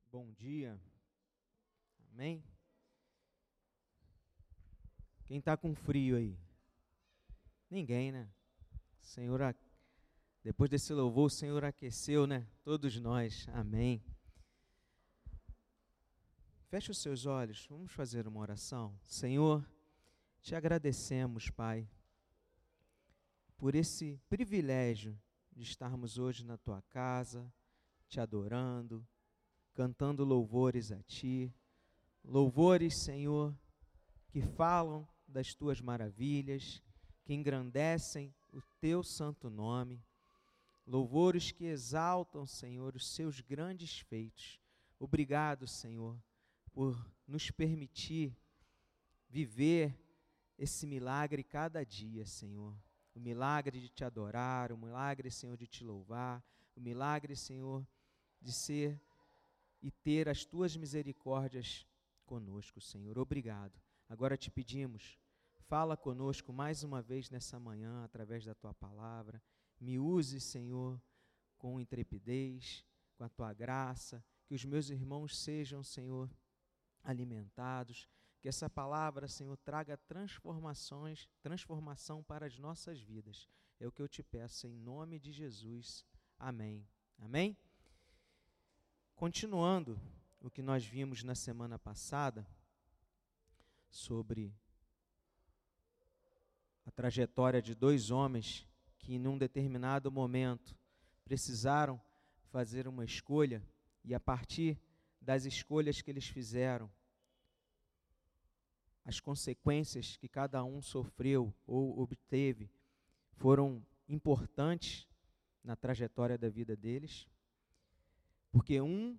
Bom dia. Amém? Quem está com frio aí? Ninguém, né? Senhor, depois desse louvor, o Senhor aqueceu, né? Todos nós. Amém. Feche os seus olhos, vamos fazer uma oração. Senhor, te agradecemos, Pai, por esse privilégio de estarmos hoje na tua casa, te adorando, cantando louvores a ti. Louvores, Senhor, que falam das tuas maravilhas, que engrandecem o teu santo nome. Louvores que exaltam, Senhor, os seus grandes feitos. Obrigado, Senhor, por nos permitir viver esse milagre cada dia, Senhor. O milagre de te adorar, o milagre, Senhor, de te louvar, o milagre, Senhor, de ser e ter as tuas misericórdias conosco, Senhor. Obrigado. Agora te pedimos, fala conosco mais uma vez nessa manhã, através da tua palavra. Me use, Senhor, com intrepidez, com a tua graça, que os meus irmãos sejam, Senhor, alimentados, que essa palavra, Senhor, traga transformação para as nossas vidas. É o que eu te peço, em nome de Jesus. Amém. Amém? Continuando o que nós vimos na semana passada, sobre a trajetória de dois homens que, num determinado momento, precisaram fazer uma escolha, e a partir das escolhas que eles fizeram, as consequências que cada um sofreu ou obteve foram importantes na trajetória da vida deles, porque um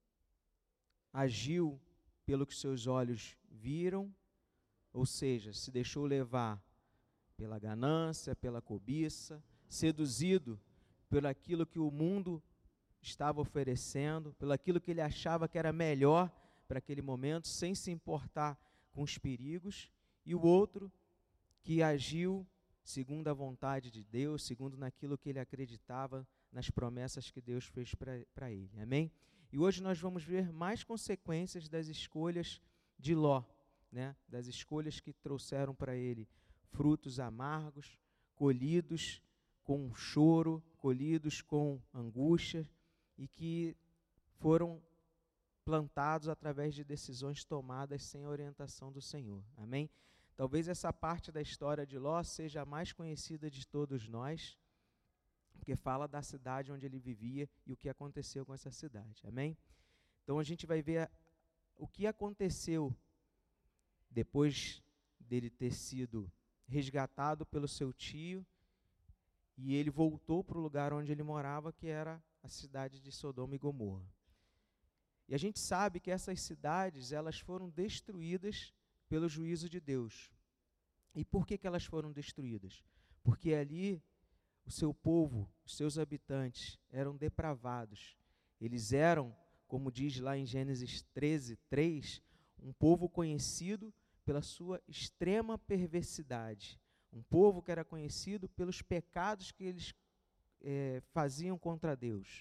agiu pelo que seus olhos viram, ou seja, se deixou levar pela ganância, pela cobiça, seduzido por aquilo que o mundo estava oferecendo, pelo aquilo que ele achava que era melhor para aquele momento, sem se importar com os perigos, e o outro que agiu segundo a vontade de Deus, segundo naquilo que ele acreditava, nas promessas que Deus fez para ele. Amém? E hoje nós vamos ver mais consequências das escolhas de Ló, né? Das escolhas que trouxeram para ele frutos amargos, colhidos com choro, colhidos com angústia, e que foram plantados através de decisões tomadas sem a orientação do Senhor. Amém? Talvez essa parte da história de Ló seja a mais conhecida de todos nós, porque fala da cidade onde ele vivia e o que aconteceu com essa cidade. Amém? Então a gente vai ver o que aconteceu depois dele ter sido resgatado pelo seu tio, e ele voltou para o lugar onde ele morava, que era a cidade de Sodoma e Gomorra. E a gente sabe que essas cidades, elas foram destruídas pelo juízo de Deus. E por que elas foram destruídas? Porque ali o seu povo, os seus habitantes, eram depravados. Eles eram, como diz lá em Gênesis 13:3, um povo conhecido pela sua extrema perversidade. Um povo que era conhecido pelos pecados que eles faziam contra Deus.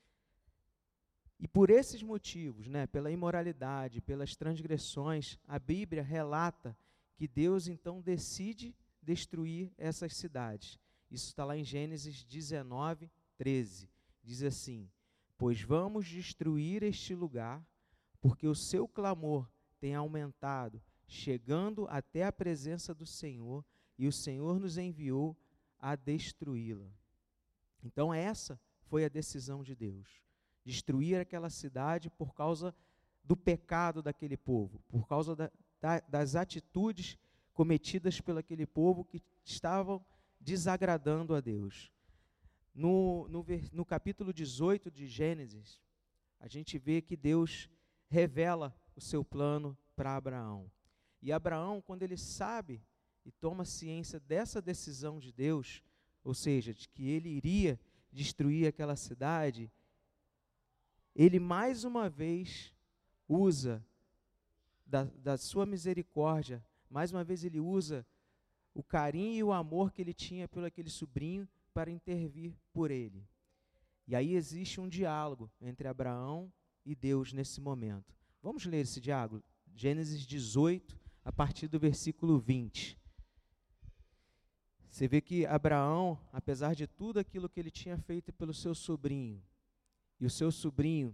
E por esses motivos, né, pela imoralidade, pelas transgressões, a Bíblia relata que Deus então decide destruir essas cidades. Isso está lá em Gênesis 19:13. Diz assim: pois vamos destruir este lugar, porque o seu clamor tem aumentado, chegando até a presença do Senhor, e o Senhor nos enviou a destruí-la. Então essa foi a decisão de Deus. Destruir aquela cidade por causa do pecado daquele povo, por causa das atitudes cometidas pelo aquele povo que estavam desagradando a Deus. No capítulo 18 de Gênesis, a gente vê que Deus revela o seu plano para Abraão. E Abraão, quando ele sabe e toma ciência dessa decisão de Deus, ou seja, de que ele iria destruir aquela cidade, ele mais uma vez usa da sua misericórdia, mais uma vez ele usa o carinho e o amor que ele tinha pelo aquele sobrinho para intervir por ele. E aí existe um diálogo entre Abraão e Deus nesse momento. Vamos ler esse diálogo? Gênesis 18, a partir do versículo 20. Você vê que Abraão, apesar de tudo aquilo que ele tinha feito pelo seu sobrinho, e o seu sobrinho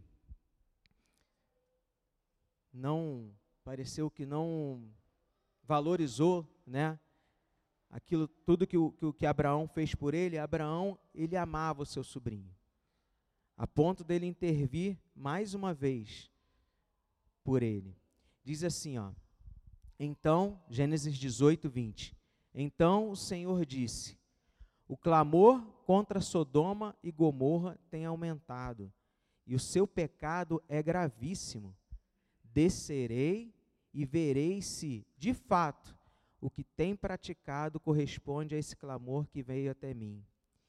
não pareceu que não valorizou, né, aquilo tudo que Abraão fez por ele. Abraão, ele amava o seu sobrinho, a ponto dele intervir mais uma vez por ele. Diz assim, ó, então, Gênesis 18, 20. Então o Senhor disse: o clamor contra Sodoma e Gomorra tem aumentado, e o seu pecado é gravíssimo. Descerei e verei se, de fato, o que tem praticado corresponde a esse clamor que veio até mim.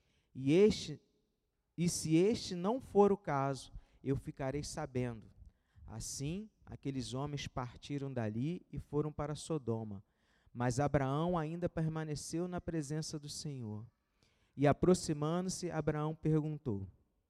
E se este não for o caso, eu ficarei sabendo. Assim, aqueles homens partiram dali e foram para Sodoma. Mas Abraão ainda permaneceu na presença do Senhor. E aproximando-se, Abraão perguntou: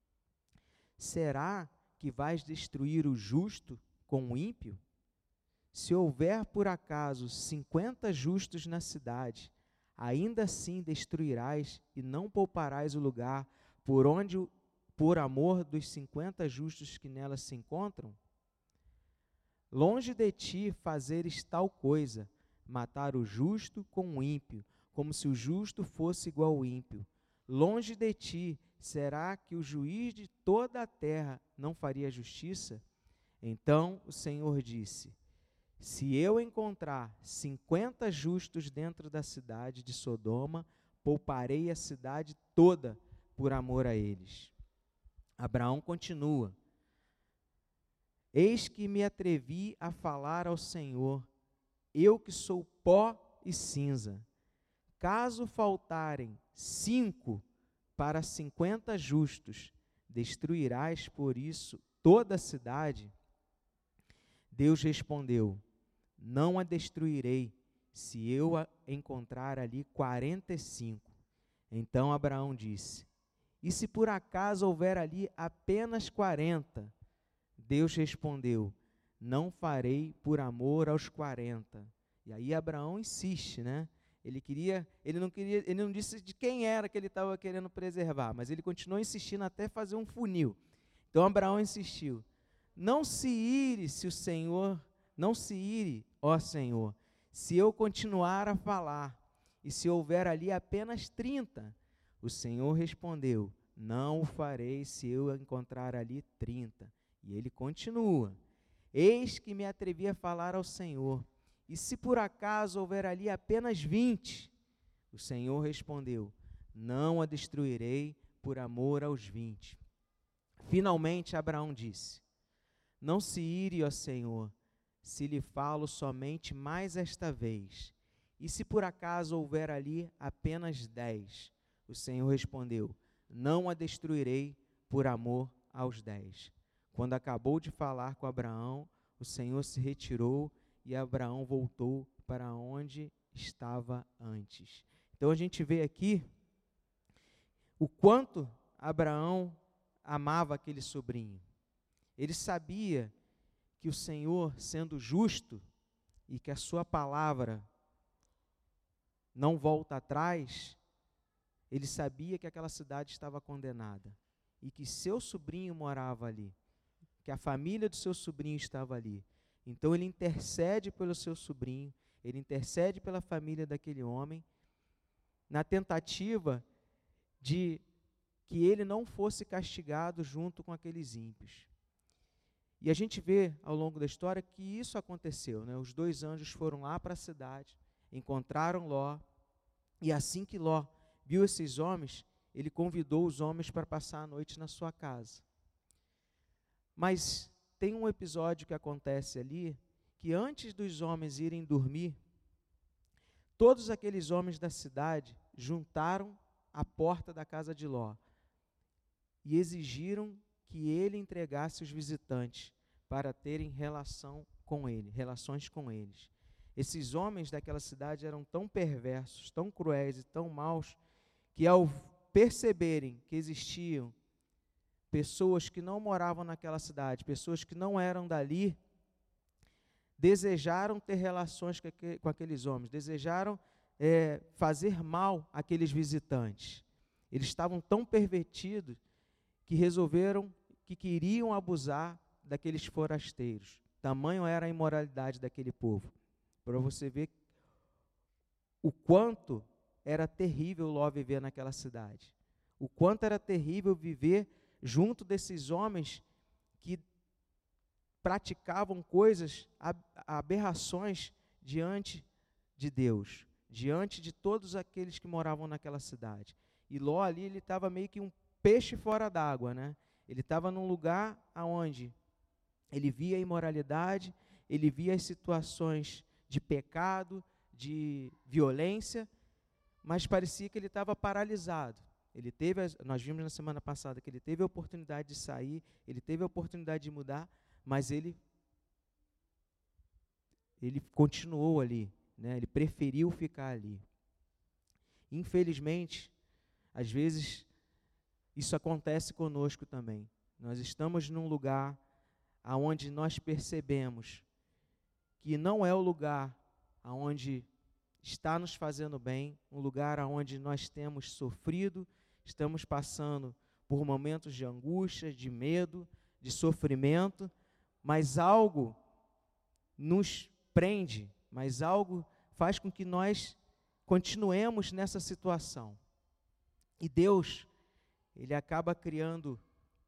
será que vais destruir o justo com o ímpio? Se houver por acaso 50 justos na cidade, ainda assim destruirás e não pouparás o lugar por amor dos 50 justos que nela se encontram? Longe de ti fazeres tal coisa, matar o justo com o ímpio, como se o justo fosse igual ao ímpio. Longe de ti, será que o juiz de toda a terra não faria justiça? Então o Senhor disse: se eu encontrar 50 justos dentro da cidade de Sodoma, pouparei a cidade toda por amor a eles. Abraão continua: eis que me atrevi a falar ao Senhor, eu que sou pó e cinza. Caso faltarem 5 para 50 justos, destruirás por isso toda a cidade? Deus respondeu: não a destruirei, se eu encontrar ali 45. Então Abraão disse: e se por acaso houver ali apenas 40? Deus respondeu: não farei por amor aos 40. E aí Abraão insiste, né? Ele não disse de quem era que ele estava querendo preservar, mas ele continuou insistindo até fazer um funil. Então Abraão insistiu: não se ire, ó Senhor, se eu continuar a falar, e se houver ali apenas 30. O Senhor respondeu: não o farei se eu encontrar ali 30. E ele continua: eis que me atrevi a falar ao Senhor, e se por acaso houver ali apenas 20? O Senhor respondeu: não a destruirei por amor aos 20. Finalmente Abraão disse: não se ire, ó Senhor, se lhe falo somente mais esta vez. E se por acaso houver ali apenas 10? O Senhor respondeu: não a destruirei por amor aos 10. Quando acabou de falar com Abraão, o Senhor se retirou e Abraão voltou para onde estava antes. Então a gente vê aqui o quanto Abraão amava aquele sobrinho. Ele sabia que o Senhor, sendo justo, e que a sua palavra não volta atrás, ele sabia que aquela cidade estava condenada, e que seu sobrinho morava ali, que a família do seu sobrinho estava ali. Então ele intercede pelo seu sobrinho, ele intercede pela família daquele homem, na tentativa de que ele não fosse castigado junto com aqueles ímpios. E a gente vê ao longo da história que isso aconteceu, né? Os 2 anjos foram lá para a cidade, encontraram Ló, e assim que Ló viu esses homens, ele convidou os homens para passar a noite na sua casa. Mas tem um episódio que acontece ali, que antes dos homens irem dormir, todos aqueles homens da cidade juntaram a porta da casa de Ló e exigiram que ele entregasse os visitantes para terem relações com eles. Esses homens daquela cidade eram tão perversos, tão cruéis e tão maus, que ao perceberem que existiam pessoas que não moravam naquela cidade, pessoas que não eram dali, desejaram ter relações com aqueles homens, desejaram fazer mal àqueles visitantes. Eles estavam tão pervertidos que resolveram que queriam abusar daqueles forasteiros. Tamanho era a imoralidade daquele povo. Para você ver o quanto era terrível Ló viver naquela cidade. O quanto era terrível viver junto desses homens que praticavam coisas, aberrações diante de Deus, diante de todos aqueles que moravam naquela cidade. E Ló ali, ele estava meio que um peixe fora d'água, né? Ele estava num lugar onde ele via a imoralidade, ele via as situações de pecado, de violência, mas parecia que ele estava paralisado. Nós vimos na semana passada que ele teve a oportunidade de sair, ele teve a oportunidade de mudar, mas ele continuou ali, né? Ele preferiu ficar ali. Infelizmente, às vezes, isso acontece conosco também. Nós estamos num lugar onde nós percebemos que não é o lugar onde está nos fazendo bem, um lugar onde nós temos sofrido, estamos passando por momentos de angústia, de medo, de sofrimento, mas algo nos prende, mas algo faz com que nós continuemos nessa situação. E Deus, Ele acaba criando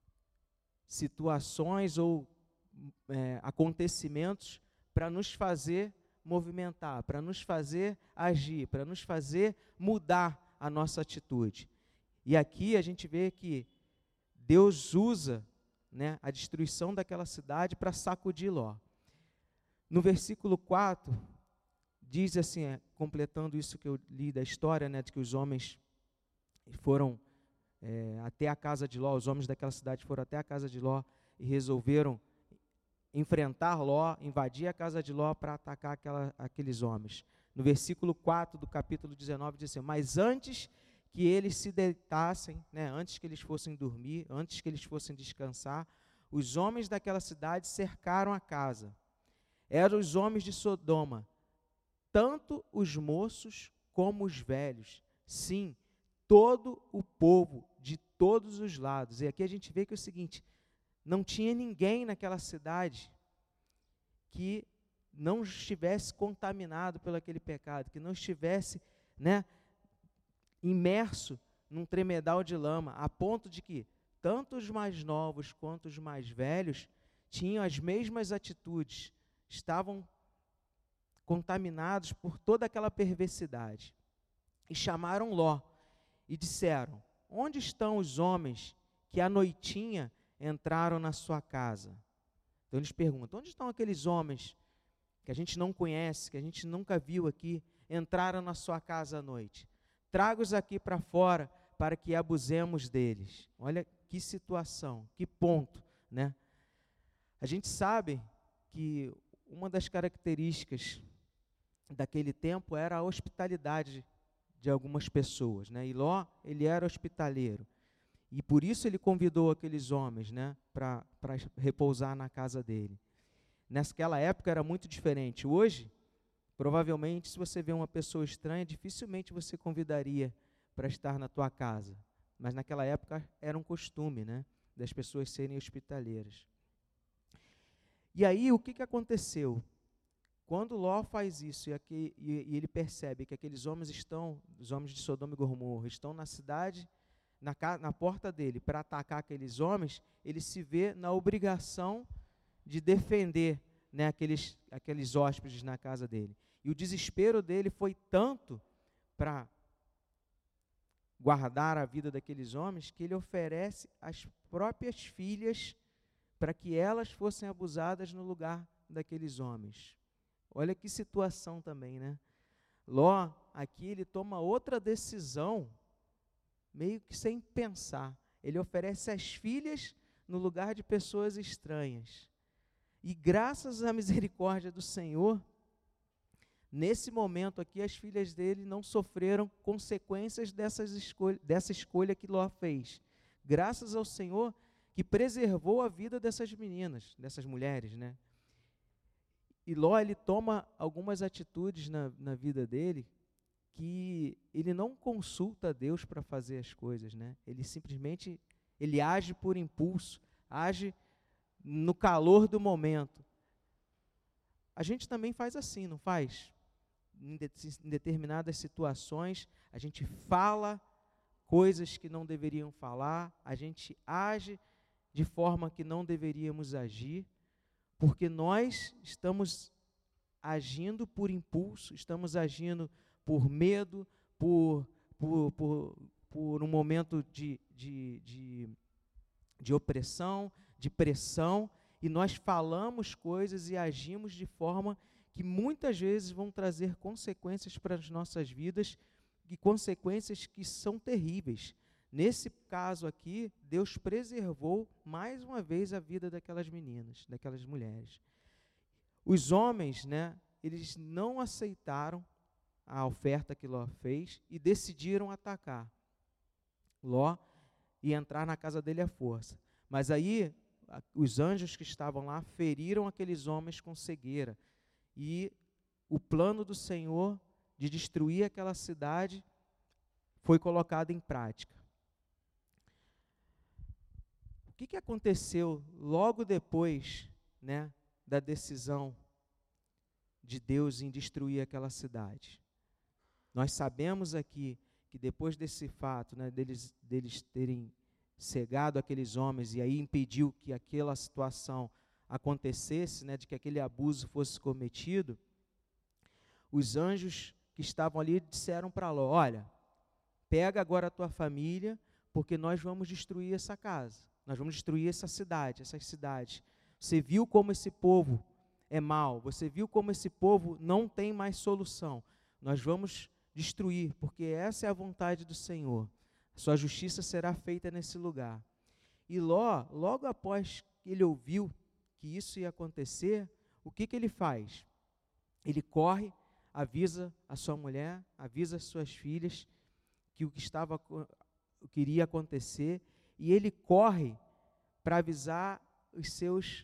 situações ou acontecimentos para nos fazer movimentar, para nos fazer agir, para nos fazer mudar a nossa atitude. E aqui a gente vê que Deus usa, né, a destruição daquela cidade para sacudir Ló. No versículo 4, diz assim, completando isso que eu li da história, né, de que os homens foram até a casa de Ló, os homens daquela cidade foram até a casa de Ló e resolveram enfrentar Ló, invadir a casa de Ló para atacar aqueles homens. No versículo 4 do capítulo 19 diz assim: mas antes que eles se deitassem, né, antes que eles fossem dormir, antes que eles fossem descansar, os homens daquela cidade cercaram a casa. Eram os homens de Sodoma, tanto os moços como os velhos, sim, todo o povo de todos os lados. E aqui a gente vê que é o seguinte: não tinha ninguém naquela cidade que não estivesse contaminado pelo aquele pecado, que não estivesse, né, imerso num tremedal de lama, a ponto de que tanto os mais novos quanto os mais velhos tinham as mesmas atitudes, estavam contaminados por toda aquela perversidade. E chamaram Ló e disseram: onde estão os homens que à noitinha entraram na sua casa? Então eles perguntam: onde estão aqueles homens que a gente não conhece, que a gente nunca viu aqui, entraram na sua casa à noite? Traga-os aqui para fora para que abusemos deles. Olha que situação, que ponto, né? A gente sabe que uma das características daquele tempo era a hospitalidade de algumas pessoas, né? E Ló, ele era hospitaleiro. E por isso ele convidou aqueles homens, né, para repousar na casa dele. Naquela época era muito diferente. Hoje, provavelmente, se você vê uma pessoa estranha, dificilmente você convidaria para estar na tua casa. Mas naquela época era um costume, né, das pessoas serem hospitaleiras. E aí, o que aconteceu? Quando Ló faz isso e ele percebe que aqueles homens os homens de Sodoma e Gomorra, estão na cidade, na porta dele, para atacar aqueles homens, ele se vê na obrigação de defender, né, aqueles hóspedes na casa dele. E o desespero dele foi tanto para guardar a vida daqueles homens, que ele oferece as próprias filhas para que elas fossem abusadas no lugar daqueles homens. Olha que situação também, né? Ló, aqui ele toma outra decisão, meio que sem pensar. Ele oferece as filhas no lugar de pessoas estranhas. E graças à misericórdia do Senhor, nesse momento aqui, as filhas dele não sofreram consequências dessa escolha que Ló fez. Graças ao Senhor, que preservou a vida dessas meninas, dessas mulheres, né? E Ló, ele toma algumas atitudes na vida dele que ele não consulta a Deus para fazer as coisas, né? Ele simplesmente, ele age por impulso, age no calor do momento. A gente também faz assim, não faz? Em determinadas situações, a gente fala coisas que não deveriam falar, a gente age de forma que não deveríamos agir, porque nós estamos agindo por impulso, estamos agindo por medo, por um momento de opressão, de pressão, e nós falamos coisas e agimos de forma que muitas vezes vão trazer consequências para as nossas vidas, e consequências que são terríveis. Nesse caso aqui, Deus preservou mais uma vez a vida daquelas meninas, daquelas mulheres. Os homens, né, eles não aceitaram a oferta que Ló fez e decidiram atacar Ló e entrar na casa dele à força. Mas aí, os anjos que estavam lá feriram aqueles homens com cegueira. E o plano do Senhor de destruir aquela cidade foi colocado em prática. O que aconteceu logo depois, né, da decisão de Deus em destruir aquela cidade? Nós sabemos aqui que depois desse fato, né, deles terem cegado aqueles homens e aí impediu que aquela situação acontecesse, né, de que aquele abuso fosse cometido, os anjos que estavam ali disseram para Ló: olha, pega agora a tua família, porque nós vamos destruir essa casa, nós vamos destruir essa cidade, essas cidades. Você viu como esse povo é mau, você viu como esse povo não tem mais solução. Nós vamos destruir, porque essa é a vontade do Senhor. Sua justiça será feita nesse lugar. E Ló, logo após que ele ouviu que isso ia acontecer, o que ele faz? Ele corre, avisa a sua mulher, avisa as suas filhas que o que iria acontecer, e ele corre para avisar os seus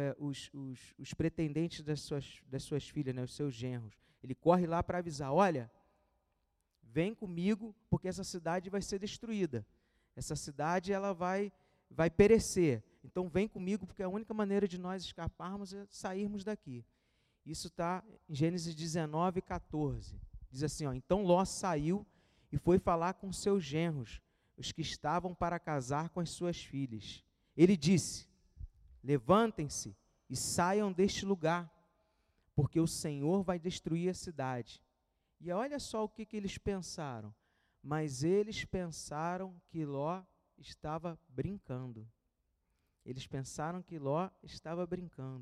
os pretendentes das suas filhas, né, os seus genros. Ele corre lá para avisar: olha, vem comigo, porque essa cidade vai ser destruída. Essa cidade ela vai perecer. Então vem comigo, porque a única maneira de nós escaparmos é sairmos daqui. Isso está em Gênesis 19, 14. Diz assim, ó: então Ló saiu e foi falar com seus genros, os que estavam para casar com as suas filhas. Ele disse: levantem-se e saiam deste lugar, porque o Senhor vai destruir a cidade. E olha só o que eles pensaram. Mas eles pensaram que Ló estava brincando. Eles pensaram que Ló estava brincando.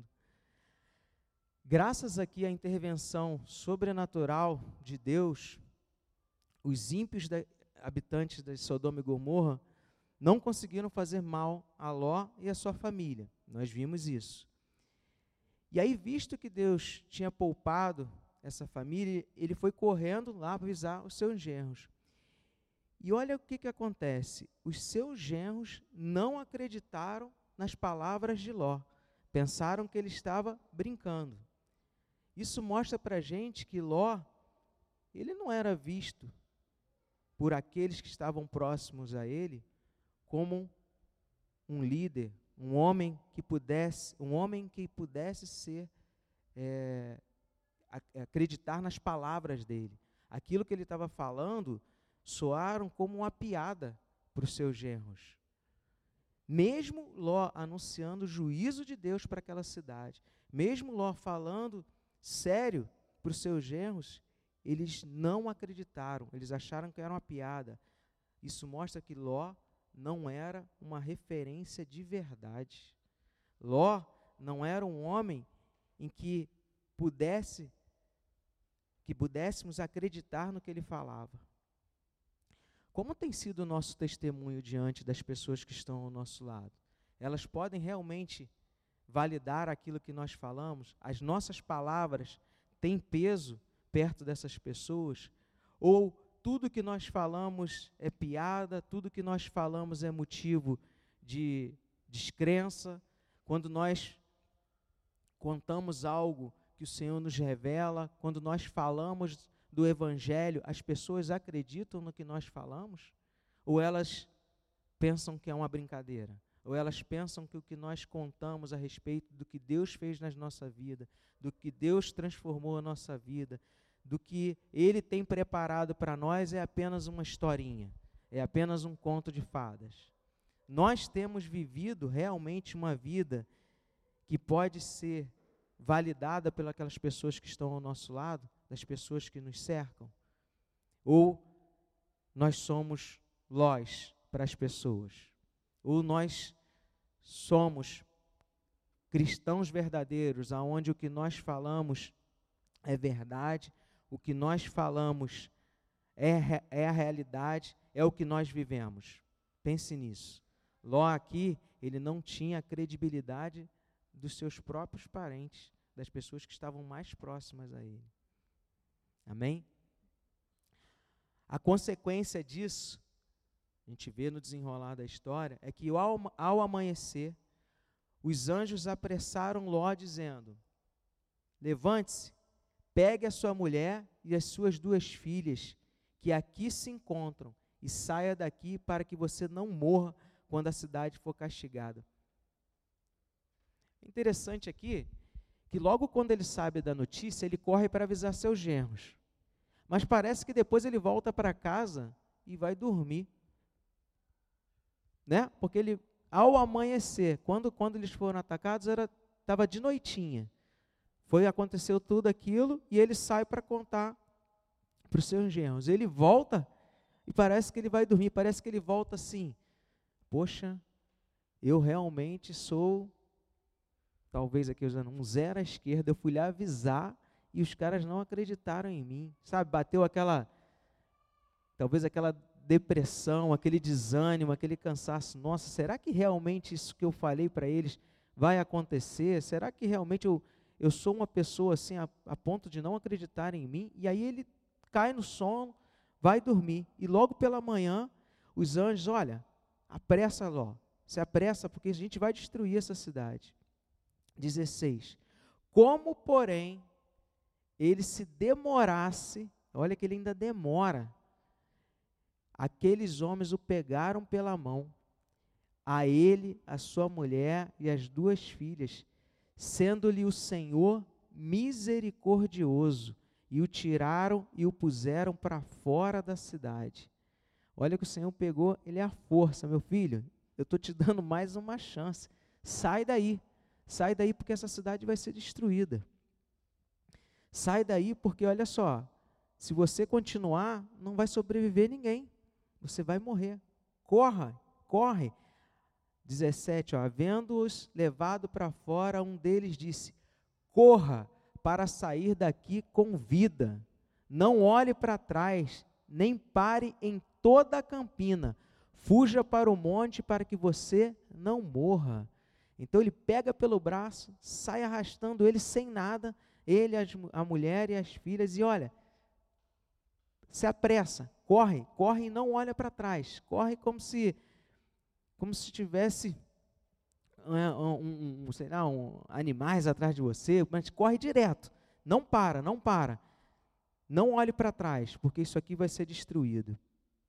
Graças aqui à intervenção sobrenatural de Deus, os ímpios habitantes de Sodoma e Gomorra não conseguiram fazer mal a Ló e a sua família. Nós vimos isso. E aí, visto que Deus tinha poupado essa família, ele foi correndo lá para avisar os seus genros. E olha o que acontece. Os seus genros não acreditaram nas palavras de Ló. Pensaram que ele estava brincando. Isso mostra para a gente que Ló, ele não era visto por aqueles que estavam próximos a ele como um líder, um homem que pudesse ser, acreditar nas palavras dele. Aquilo que ele estava falando soaram como uma piada para os seus genros. Mesmo Ló anunciando o juízo de Deus para aquela cidade, mesmo Ló falando sério para os seus genros, eles não acreditaram, eles acharam que era uma piada. Isso mostra que Ló não era uma referência de verdade. Ló não era um homem em que pudéssemos acreditar no que ele falava. Como tem sido o nosso testemunho diante das pessoas que estão ao nosso lado? Elas podem realmente validar aquilo que nós falamos? As nossas palavras têm peso perto dessas pessoas? Ou tudo que nós falamos é piada, tudo que nós falamos é motivo de descrença, quando nós contamos algo que o Senhor nos revela, quando nós falamos do Evangelho, as pessoas acreditam no que nós falamos? Ou elas pensam que é uma brincadeira? Ou elas pensam que o que nós contamos a respeito do que Deus fez na nossa vida, do que Deus transformou a nossa vida, do que Ele tem preparado para nós é apenas uma historinha, é apenas um conto de fadas? Nós temos vivido realmente uma vida que pode ser validada pelas pessoas que estão ao nosso lado, das pessoas que nos cercam? Ou nós somos lós para as pessoas? Ou nós somos cristãos verdadeiros, aonde o que nós falamos é verdade, o que nós falamos é a realidade, é o que nós vivemos? Pense nisso. Ló aqui, ele não tinha a credibilidade dos seus próprios parentes, das pessoas que estavam mais próximas a ele. Amém? A consequência disso, a gente vê no desenrolar da história, é que ao amanhecer, os anjos apressaram Ló, dizendo: levante-se, pegue a sua mulher e as suas 2 filhas, que aqui se encontram, e saia daqui para que você não morra quando a cidade for castigada. Interessante aqui, que logo quando ele sabe da notícia, ele corre para avisar seus genros. Mas parece que depois ele volta para casa e vai dormir. Né? Porque ele, ao amanhecer, quando eles foram atacados, estava de noitinha. Aconteceu tudo aquilo e ele sai para contar para os seus genros. Ele volta e parece que ele vai dormir, parece que ele volta assim: poxa, eu realmente sou, talvez aqui usando um 0 à esquerda, eu fui lá avisar e os caras não acreditaram em mim, sabe? Bateu talvez aquela depressão, aquele desânimo, aquele cansaço. Nossa, será que realmente isso que eu falei para eles vai acontecer? Será que realmente eu sou uma pessoa assim a ponto de não acreditar em mim? E aí ele cai no sono, vai dormir, e logo pela manhã os anjos: olha, apressa Ló, se apressa porque a gente vai destruir essa cidade. 16. Como, porém, ele se demorasse, olha que ele ainda demora, aqueles homens o pegaram pela mão, a ele, a sua mulher e as 2 filhas, sendo-lhe o Senhor misericordioso, e o tiraram e o puseram para fora da cidade. Olha que o Senhor pegou ele à força: meu filho, eu estou te dando mais uma chance, sai daí porque essa cidade vai ser destruída. Sai daí porque, olha só, se você continuar, não vai sobreviver ninguém, você vai morrer. Corre. 17, havendo-os levado para fora, um deles disse: corra para sair daqui com vida, não olhe para trás, nem pare em toda a campina, fuja para o monte para que você não morra. Então ele pega pelo braço, sai arrastando ele sem nada, ele, a mulher e as filhas, e olha, se apressa, corre e não olha para trás, corre como se tivesse animais atrás de você, mas corre direto, não para, não olhe para trás, porque isso aqui vai ser destruído.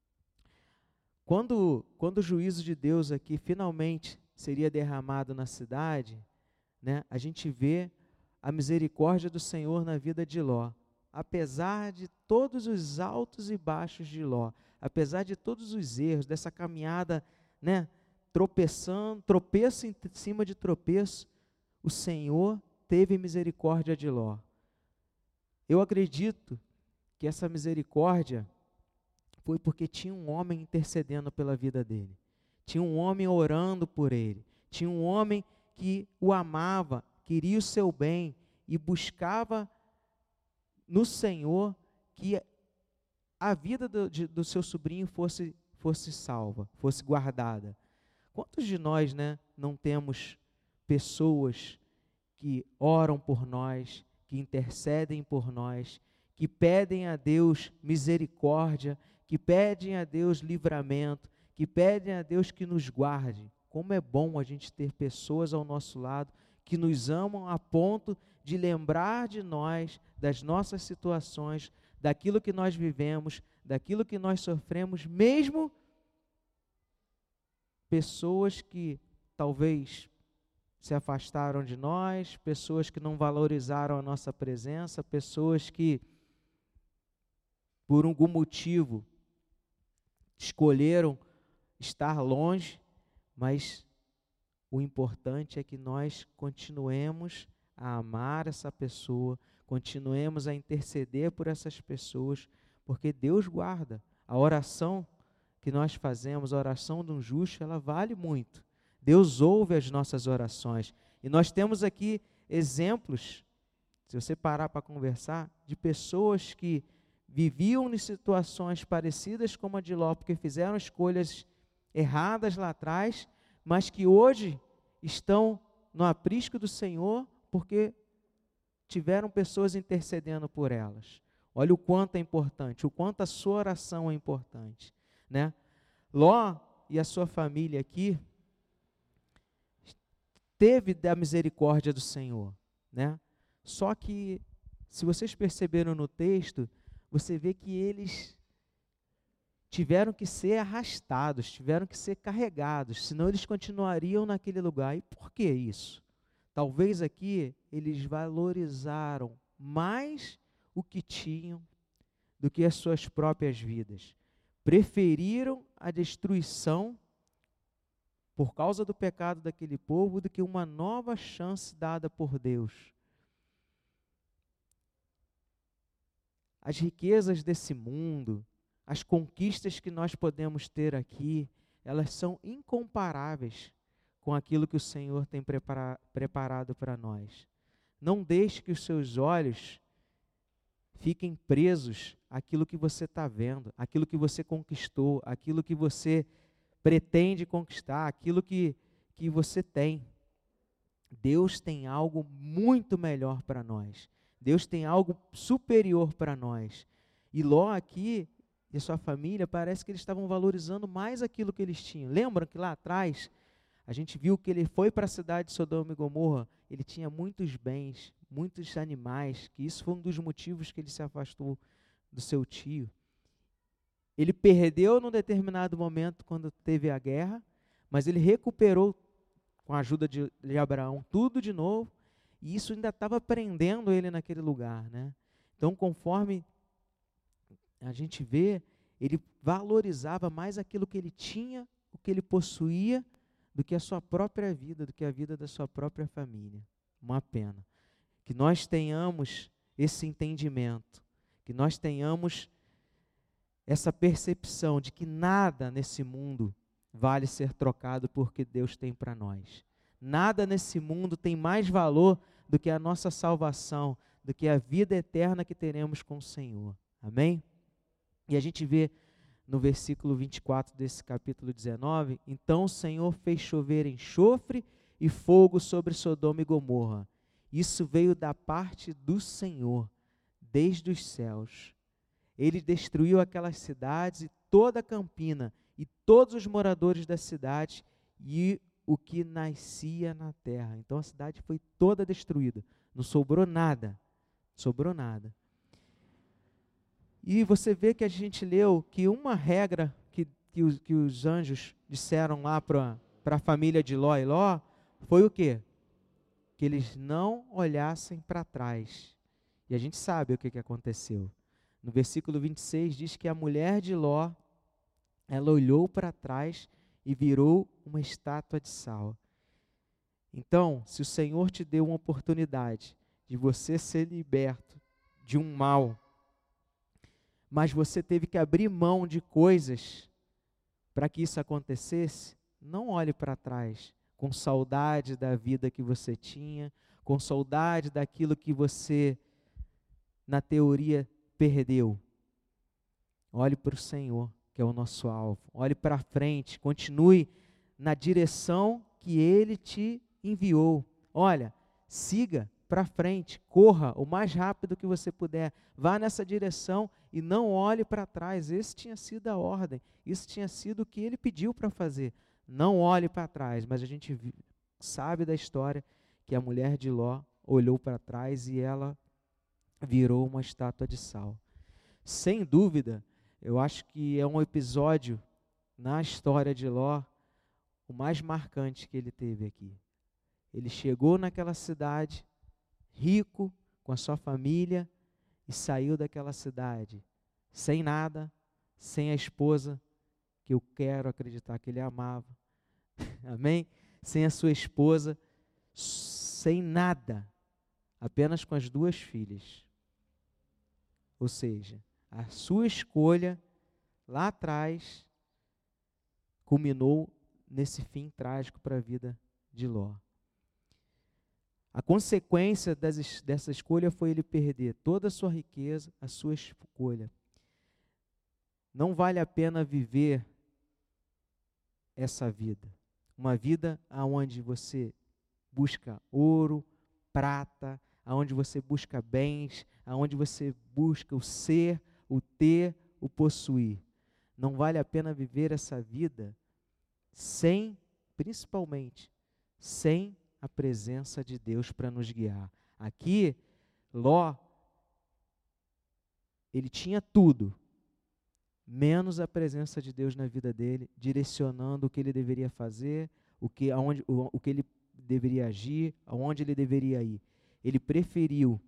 Quando o juízo de Deus aqui finalmente seria derramado na cidade, né, a gente vê a misericórdia do Senhor na vida de Ló. Apesar de todos os altos e baixos de Ló, apesar de todos os erros, dessa caminhada, né, tropeço em cima de tropeço, o Senhor teve misericórdia de Ló. Eu acredito que essa misericórdia foi porque tinha um homem intercedendo pela vida dele, tinha um homem orando por ele, tinha um homem que o amava, queria o seu bem e buscava no Senhor que a vida do seu sobrinho fosse salva, fosse guardada. Quantos de nós, né, não temos pessoas que oram por nós, que intercedem por nós, que pedem a Deus misericórdia, que pedem a Deus livramento, que pedem a Deus que nos guarde, como é bom a gente ter pessoas ao nosso lado que nos amam a ponto de lembrar de nós, das nossas situações, daquilo que nós vivemos, daquilo que nós sofremos, mesmo pessoas que talvez se afastaram de nós, pessoas que não valorizaram a nossa presença, pessoas que, por algum motivo, escolheram estar longe, mas o importante é que nós continuemos a amar essa pessoa, continuemos a interceder por essas pessoas, porque Deus guarda. A oração que nós fazemos, a oração de um justo, ela vale muito. Deus ouve as nossas orações. E nós temos aqui exemplos, se você parar para conversar, de pessoas que viviam em situações parecidas como a de Ló, porque fizeram escolhas erradas lá atrás, mas que hoje estão no aprisco do Senhor, porque tiveram pessoas intercedendo por elas. Olha o quanto é importante, o quanto a sua oração é importante, né? Ló e a sua família aqui teve da misericórdia do Senhor, né? Só que, se vocês perceberam no texto, você vê que eles tiveram que ser arrastados, tiveram que ser carregados, senão eles continuariam naquele lugar. E por que isso? Talvez aqui eles valorizaram mais o que tinham do que as suas próprias vidas. Preferiram a destruição por causa do pecado daquele povo do que uma nova chance dada por Deus. As riquezas desse mundo, as conquistas que nós podemos ter aqui, elas são incomparáveis com aquilo que o Senhor tem preparado para nós. Não deixe que os seus olhos fiquem presos àquilo que você está vendo, àquilo que você conquistou, àquilo que você pretende conquistar, aquilo que você tem. Deus tem algo muito melhor para nós. Deus tem algo superior para nós. E Ló aqui e sua família, parece que eles estavam valorizando mais aquilo que eles tinham. Lembram que lá atrás, a gente viu que ele foi para a cidade de Sodoma e Gomorra, ele tinha muitos bens, muitos animais, que isso foi um dos motivos que ele se afastou do seu tio. Ele perdeu num determinado momento quando teve a guerra, mas ele recuperou, com a ajuda de Abraão, tudo de novo, e isso ainda estava prendendo ele naquele lugar, né? Então, conforme a gente vê, ele valorizava mais aquilo que ele tinha, o que ele possuía, do que a sua própria vida, do que a vida da sua própria família. Uma pena. Que nós tenhamos esse entendimento, que nós tenhamos essa percepção de que nada nesse mundo vale ser trocado por que Deus tem para nós. Nada nesse mundo tem mais valor do que a nossa salvação, do que a vida eterna que teremos com o Senhor. Amém? E a gente vê no versículo 24 desse capítulo 19, então o Senhor fez chover enxofre e fogo sobre Sodoma e Gomorra. Isso veio da parte do Senhor, desde os céus. Ele destruiu aquelas cidades e toda a campina, e todos os moradores da cidade, e o que nascia na terra. Então a cidade foi toda destruída, não sobrou nada, sobrou nada. E você vê que a gente leu que uma regra que os anjos disseram lá para a família de Ló e Ló, foi o quê? Que eles não olhassem para trás. E a gente sabe o que aconteceu. No versículo 26 diz que a mulher de Ló, ela olhou para trás e virou uma estátua de sal. Então, se o Senhor te deu uma oportunidade de você ser liberto de um mal, mas você teve que abrir mão de coisas para que isso acontecesse, não olhe para trás com saudade da vida que você tinha, com saudade daquilo que você, na teoria, perdeu. Olhe para o Senhor, que é o nosso alvo. Olhe para frente, continue na direção que Ele te enviou. Olha, siga para frente, corra o mais rápido que você puder, vá nessa direção e não olhe para trás. Esse tinha sido a ordem, isso tinha sido o que Ele pediu para fazer. não olhe para trás, mas a gente sabe da história que a mulher de Ló olhou para trás e ela virou uma estátua de sal. Sem dúvida, eu acho que é um episódio na história de Ló o mais marcante que ele teve aqui. Ele chegou naquela cidade rico, com a sua família, e saiu daquela cidade sem nada, sem a esposa, que eu quero acreditar que ele amava, amém? Sem a sua esposa, sem nada, apenas com as 2 filhas. Ou seja, a sua escolha lá atrás culminou nesse fim trágico para a vida de Ló. A consequência dessa escolha foi ele perder toda a sua riqueza, a sua escolha. Não vale a pena viver essa vida. Uma vida onde você busca ouro, prata, onde você busca bens, onde você busca o ser, o ter, o possuir. Não vale a pena viver essa vida principalmente, sem a presença de Deus para nos guiar. Aqui, Ló, ele tinha tudo, menos a presença de Deus na vida dele, direcionando o que ele deveria fazer, o que ele deveria agir, aonde ele deveria ir. Ele preferiu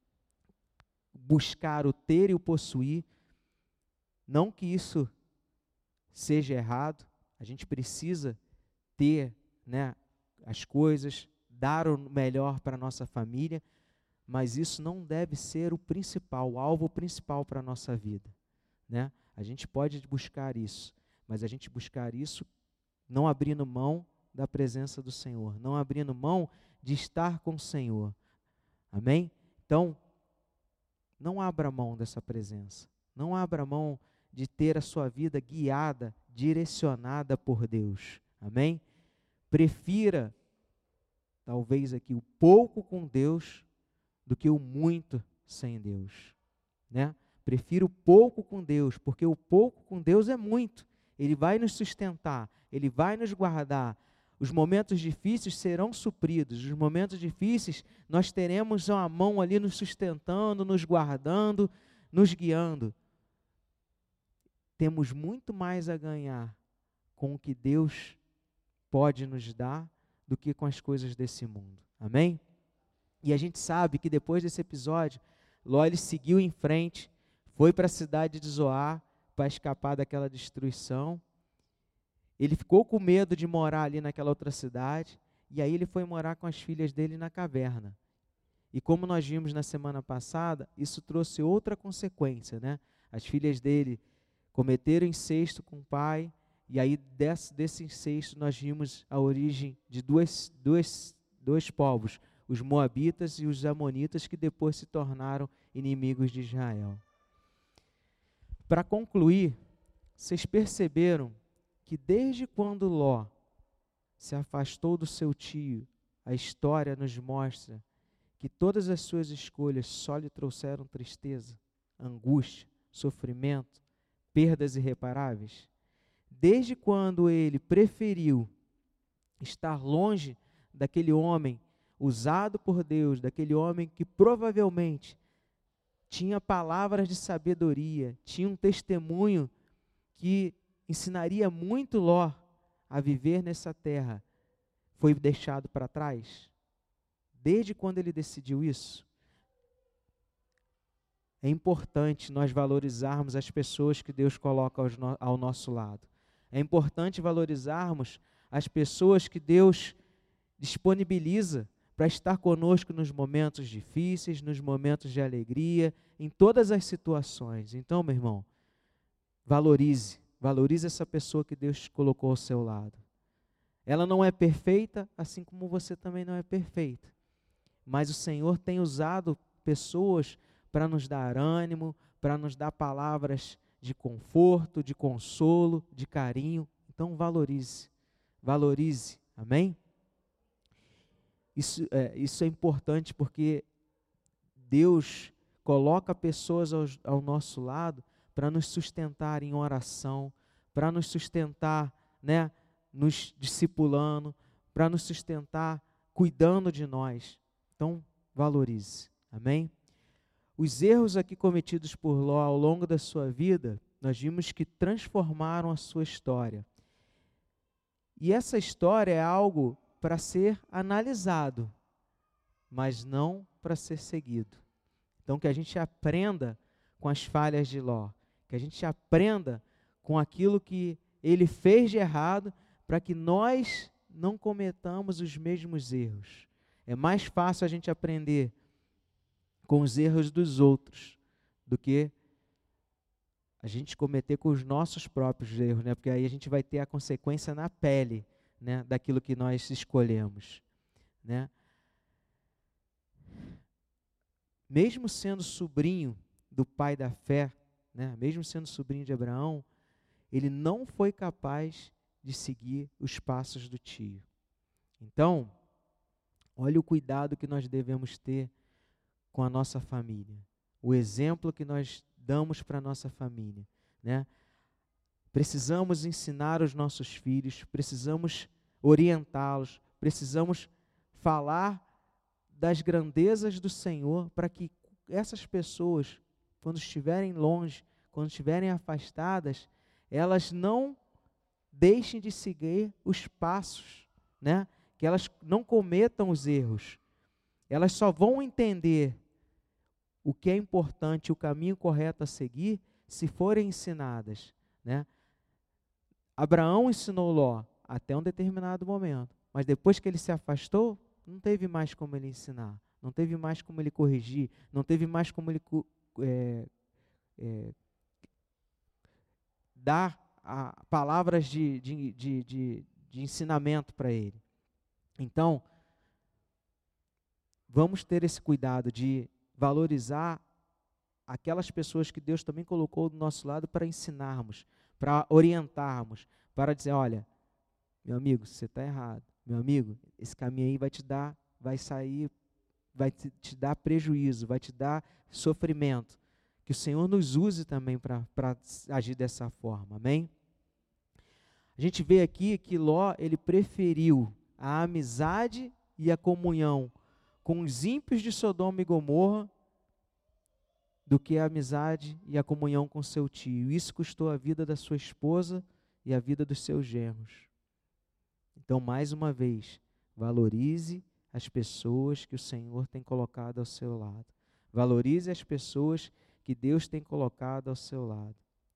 buscar o ter e o possuir. Não que isso seja errado, a gente precisa ter, né, as coisas, dar o melhor para a nossa família, mas isso não deve ser o principal, o alvo principal para a nossa vida, né? A gente pode buscar isso, mas a gente buscar isso não abrindo mão da presença do Senhor, não abrindo mão de estar com o Senhor, amém? Então, não abra mão dessa presença, não abra mão de ter a sua vida guiada, direcionada por Deus, amém? Prefira, talvez aqui, o pouco com Deus do que o muito sem Deus, né? Prefiro o pouco com Deus, porque o pouco com Deus é muito. Ele vai nos sustentar, Ele vai nos guardar. Os momentos difíceis serão supridos. Os momentos difíceis nós teremos uma mão ali nos sustentando, nos guardando, nos guiando. Temos muito mais a ganhar com o que Deus pode nos dar do que com as coisas desse mundo. Amém? E a gente sabe que depois desse episódio, Ló ele seguiu em frente, foi para a cidade de Zoar para escapar daquela destruição. Ele ficou com medo de morar ali naquela outra cidade, e aí ele foi morar com as filhas dele na caverna. E como nós vimos na semana passada, isso trouxe outra consequência, né? As filhas dele cometeram incesto com o pai, e aí desse incesto nós vimos a origem de dois povos, os moabitas e os amonitas, que depois se tornaram inimigos de Israel. Para concluir, vocês perceberam que desde quando Ló se afastou do seu tio, a história nos mostra que todas as suas escolhas só lhe trouxeram tristeza, angústia, sofrimento, perdas irreparáveis? Desde quando ele preferiu estar longe daquele homem usado por Deus, daquele homem que provavelmente tinha palavras de sabedoria, tinha um testemunho que ensinaria muito Ló a viver nessa terra, foi deixado para trás? Desde quando ele decidiu isso? É importante nós valorizarmos as pessoas que Deus coloca ao nosso lado. É importante valorizarmos as pessoas que Deus disponibiliza para estar conosco nos momentos difíceis, nos momentos de alegria, em todas as situações. Então, meu irmão, valorize essa pessoa que Deus colocou ao seu lado. Ela não é perfeita, assim como você também não é perfeita. Mas o Senhor tem usado pessoas para nos dar ânimo, para nos dar palavras de conforto, de consolo, de carinho. Então valorize, amém? Isso é importante porque Deus coloca pessoas ao nosso lado para nos sustentar em oração, para nos sustentar, né, nos discipulando, para nos sustentar, cuidando de nós. Então, valorize. Amém? Os erros aqui cometidos por Ló ao longo da sua vida, nós vimos que transformaram a sua história. E essa história é algo para ser analisado, mas não para ser seguido. Então, que a gente aprenda com as falhas de Ló, que a gente aprenda com aquilo que ele fez de errado, para que nós não cometamos os mesmos erros. É mais fácil a gente aprender com os erros dos outros do que a gente cometer com os nossos próprios erros, né? Porque aí a gente vai ter a consequência na pele, né, daquilo que nós escolhemos, né? Mesmo sendo sobrinho do pai da fé, né, mesmo sendo sobrinho de Abraão, ele não foi capaz de seguir os passos do tio. Então, olha o cuidado que nós devemos ter com a nossa família, o exemplo que nós damos para a nossa família, né? Precisamos ensinar os nossos filhos, precisamos orientá-los, precisamos falar das grandezas do Senhor, para que essas pessoas, quando estiverem longe, quando estiverem afastadas, elas não deixem de seguir os passos, né? Que elas não cometam os erros. Elas só vão entender o que é importante, o caminho correto a seguir, se forem ensinadas, né? Abraão ensinou Ló até um determinado momento, mas depois que ele se afastou, não teve mais como ele ensinar, não teve mais como ele corrigir, não teve mais como ele dar palavras de ensinamento para ele. Então, vamos ter esse cuidado de valorizar aquelas pessoas que Deus também colocou do nosso lado para ensinarmos, para orientarmos, para dizer, olha, meu amigo, você está errado. Meu amigo, esse caminho aí vai te dar prejuízo, vai te dar sofrimento. Que o Senhor nos use também para agir dessa forma, amém? A gente vê aqui que Ló, ele preferiu a amizade e a comunhão com os ímpios de Sodoma e Gomorra do que a amizade e a comunhão com seu tio. Isso custou a vida da sua esposa e a vida dos seus genros. Então, mais uma vez, valorize as pessoas que o Senhor tem colocado ao seu lado. Valorize as pessoas que Deus tem colocado ao seu lado.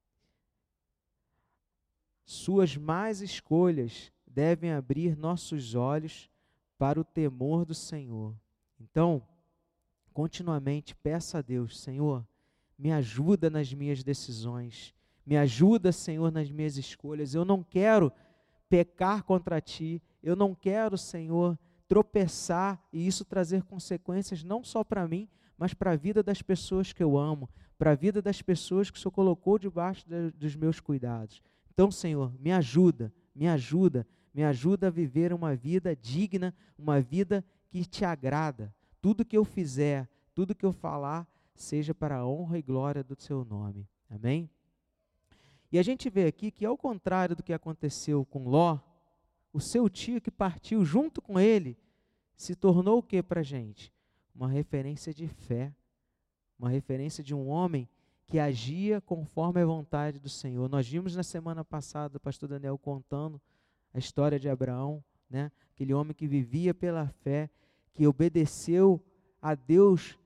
Suas más escolhas devem abrir nossos olhos para o temor do Senhor. Então, continuamente peça a Deus, Senhor, me ajuda nas minhas decisões, me ajuda, Senhor, nas minhas escolhas. Eu não quero pecar contra Ti, eu não quero, Senhor, tropeçar e isso trazer consequências não só para mim, mas para a vida das pessoas que eu amo, para a vida das pessoas que o Senhor colocou debaixo dos meus cuidados. Então, Senhor, me ajuda a viver uma vida digna, uma vida que Te agrada. Tudo que eu fizer, tudo que eu falar, seja para a honra e glória do Seu nome. Amém? E a gente vê aqui que, ao contrário do que aconteceu com Ló, o seu tio que partiu junto com ele, se tornou o que para a gente? Uma referência de fé, uma referência de um homem que agia conforme a vontade do Senhor. Nós vimos na semana passada o pastor Daniel contando a história de Abraão, né? Aquele homem que vivia pela fé, que obedeceu a Deus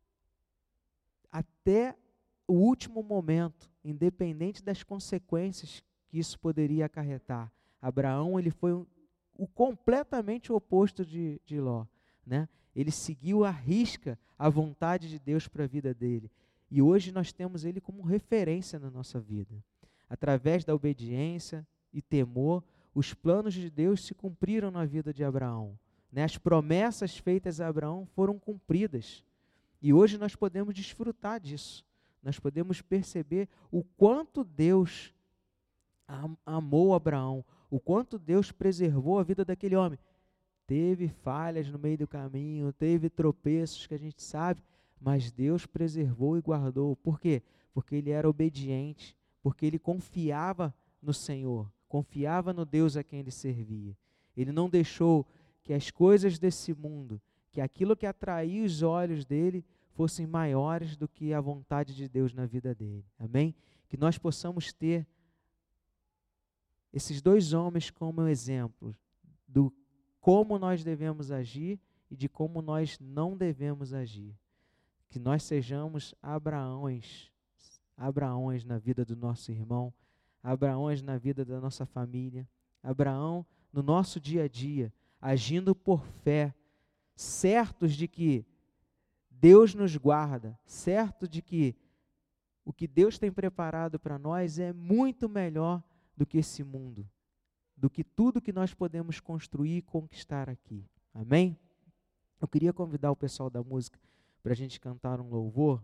até o último momento, independente das consequências que isso poderia acarretar. Abraão, ele foi completamente o oposto de Ló, né? Ele seguiu à risca a vontade de Deus para a vida dele. E hoje nós temos ele como referência na nossa vida. Através da obediência e temor, os planos de Deus se cumpriram na vida de Abraão, né? As promessas feitas a Abraão foram cumpridas. E hoje nós podemos desfrutar disso. Nós podemos perceber o quanto Deus amou Abraão, o quanto Deus preservou a vida daquele homem. Teve falhas no meio do caminho, teve tropeços que a gente sabe, mas Deus preservou e guardou. Por quê? Porque ele era obediente, porque ele confiava no Senhor. confiava no Deus a quem ele servia. Ele não deixou que as coisas desse mundo, que aquilo que atraía os olhos dele, fossem maiores do que a vontade de Deus na vida dele. Amém? Que nós possamos ter esses dois homens como exemplos do como nós devemos agir e de como nós não devemos agir. Que nós sejamos Abraões na vida do nosso irmão, Abraões na vida da nossa família, Abraão no nosso dia a dia, agindo por fé, certos de que Deus nos guarda, certo de que o que Deus tem preparado para nós é muito melhor do que esse mundo, do que tudo que nós podemos construir e conquistar aqui. Amém? Eu queria convidar o pessoal da música para a gente cantar um louvor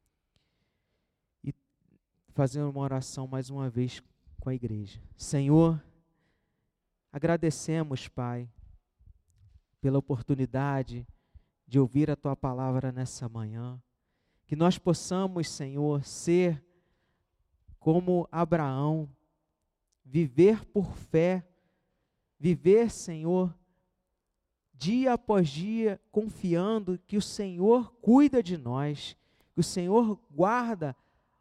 e fazer uma oração mais uma vez com a igreja. Senhor, agradecemos, Pai, pela oportunidade de ouvir a Tua palavra nessa manhã. Que nós possamos, Senhor, ser como Abraão, viver por fé, viver, Senhor, dia após dia, confiando que o Senhor cuida de nós, que o Senhor guarda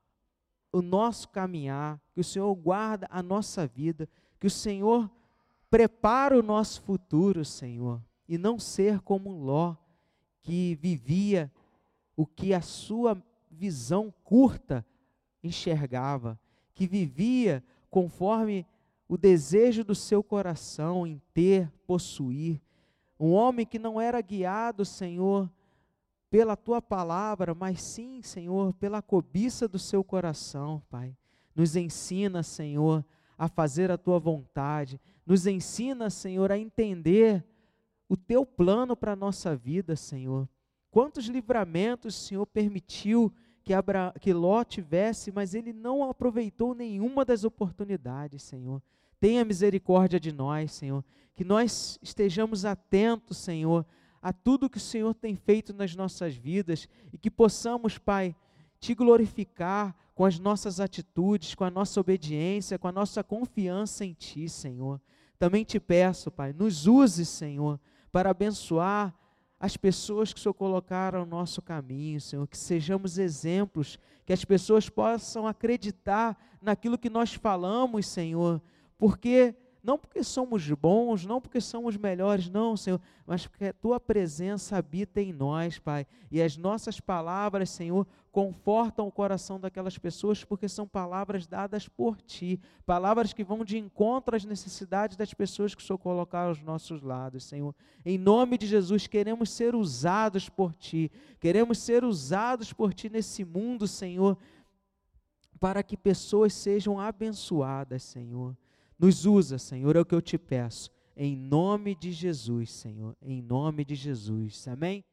o nosso caminhar, que o Senhor guarda a nossa vida, que o Senhor prepara o nosso futuro, Senhor, e não ser como Ló, que vivia o que a sua visão curta enxergava, que vivia conforme o desejo do seu coração em ter, possuir. Um homem que não era guiado, Senhor, pela Tua palavra, mas sim, Senhor, pela cobiça do seu coração, Pai. Nos ensina, Senhor, a fazer a Tua vontade. Nos ensina, Senhor, a entender o Teu plano para a nossa vida, Senhor. Quantos livramentos o Senhor permitiu que Ló tivesse, mas ele não aproveitou nenhuma das oportunidades, Senhor. Tenha misericórdia de nós, Senhor. Que nós estejamos atentos, Senhor, a tudo que o Senhor tem feito nas nossas vidas e que possamos, Pai, Te glorificar com as nossas atitudes, com a nossa obediência, com a nossa confiança em Ti, Senhor. Também Te peço, Pai, nos use, Senhor, para abençoar as pessoas que o Senhor colocaram ao nosso caminho, Senhor, que sejamos exemplos, que as pessoas possam acreditar naquilo que nós falamos, Senhor, não porque somos bons, não porque somos melhores, não, Senhor, mas porque a Tua presença habita em nós, Pai, e as nossas palavras, Senhor, confortam o coração daquelas pessoas, porque são palavras dadas por Ti, palavras que vão de encontro às necessidades das pessoas que o Senhor colocar aos nossos lados, Senhor. Em nome de Jesus, queremos ser usados por Ti, queremos ser usados por Ti nesse mundo, Senhor, para que pessoas sejam abençoadas, Senhor. Nos usa, Senhor, é o que eu Te peço, em nome de Jesus, Senhor, em nome de Jesus, amém?